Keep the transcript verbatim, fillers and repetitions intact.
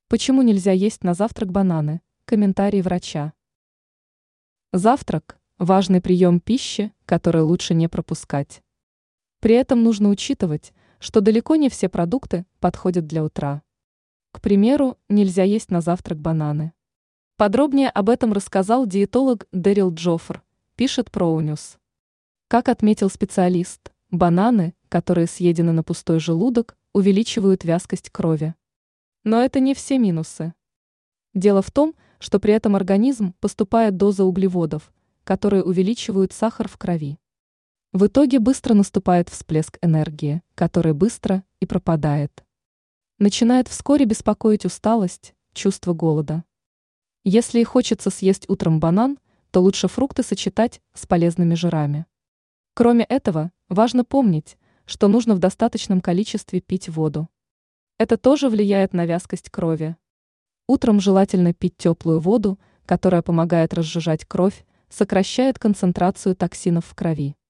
Почему нельзя есть на завтрак бананы? Комментарий врача. Завтрак – важный прием пищи, который лучше не пропускать. При этом нужно учитывать, что далеко не все продукты подходят для утра. К примеру, нельзя есть на завтрак бананы. Подробнее об этом рассказал диетолог Дэрил Джоффр, пишет ProNews. Как отметил специалист, бананы, которые съедены на пустой желудок, увеличивают вязкость крови. Но это не все минусы. Дело в том, что при этом организм поступает доза углеводов, которые увеличивают сахар в крови. В итоге быстро наступает всплеск энергии, который быстро и пропадает. Начинает вскоре беспокоить усталость, чувство голода. Если и хочется съесть утром банан, то лучше фрукты сочетать с полезными жирами. Кроме этого, важно помнить, что нужно в достаточном количестве пить воду. Это тоже влияет на вязкость крови. Утром желательно пить теплую воду, которая помогает разжижать кровь, сокращает концентрацию токсинов в крови.